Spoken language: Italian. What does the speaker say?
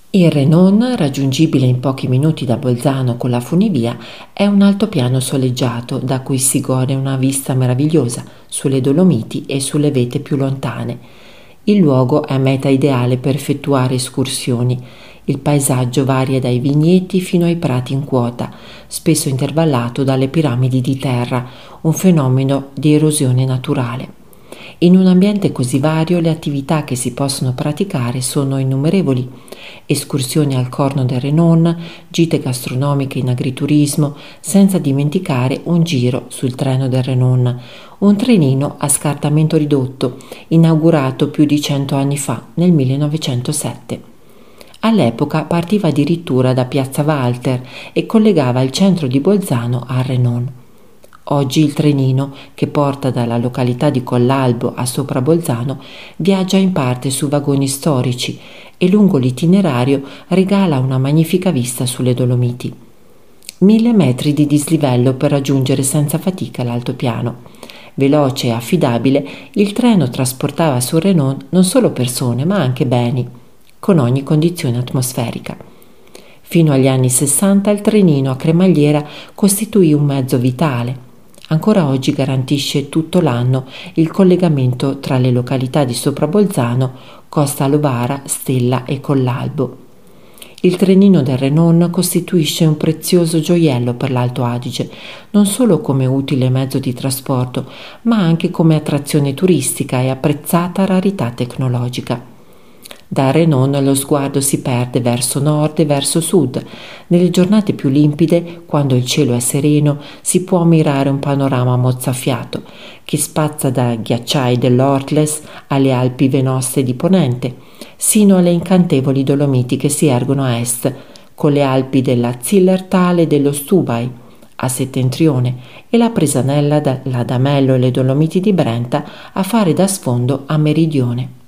Il Renon, raggiungibile in pochi minuti da Bolzano con la funivia, è un altopiano soleggiato da cui si gode una vista meravigliosa sulle Dolomiti e sulle vette più lontane. Il luogo è meta ideale per effettuare escursioni. Il paesaggio varia dai vigneti fino ai prati in quota, spesso intervallato dalle piramidi di terra, un fenomeno di erosione naturale. In un ambiente così vario le attività che si possono praticare sono innumerevoli: escursioni al Corno del Renon, gite gastronomiche in agriturismo, senza dimenticare un giro sul treno del Renon, un trenino a scartamento ridotto, inaugurato più di 100 anni fa, nel 1907. All'epoca partiva addirittura da Piazza Walter e collegava il centro di Bolzano al Renon. Oggi il trenino, che porta dalla località di Collalbo a Sopra Bolzano, viaggia in parte su vagoni storici e lungo l'itinerario regala una magnifica vista sulle Dolomiti. 1000 metri di dislivello per raggiungere senza fatica l'altopiano. Veloce e affidabile, il treno trasportava sul Renon non solo persone ma anche beni, con ogni condizione atmosferica. Fino agli anni 60 il trenino a cremagliera costituì un mezzo vitale. Ancora oggi garantisce tutto l'anno il collegamento tra le località di Soprabolzano, Costa Lovara, Stella e Collalbo. Il trenino del Renon costituisce un prezioso gioiello per l'Alto Adige, non solo come utile mezzo di trasporto, ma anche come attrazione turistica e apprezzata rarità tecnologica. Da Renon lo sguardo si perde verso nord e verso sud. Nelle giornate più limpide, quando il cielo è sereno, si può ammirare un panorama mozzafiato che spazza dai ghiacciai dell'Ortles alle Alpi Venoste di Ponente, sino alle incantevoli Dolomiti che si ergono a est, con le Alpi della Zillertal e dello Stubai a settentrione e la Presanella, l'Adamello e le Dolomiti di Brenta a fare da sfondo a meridione.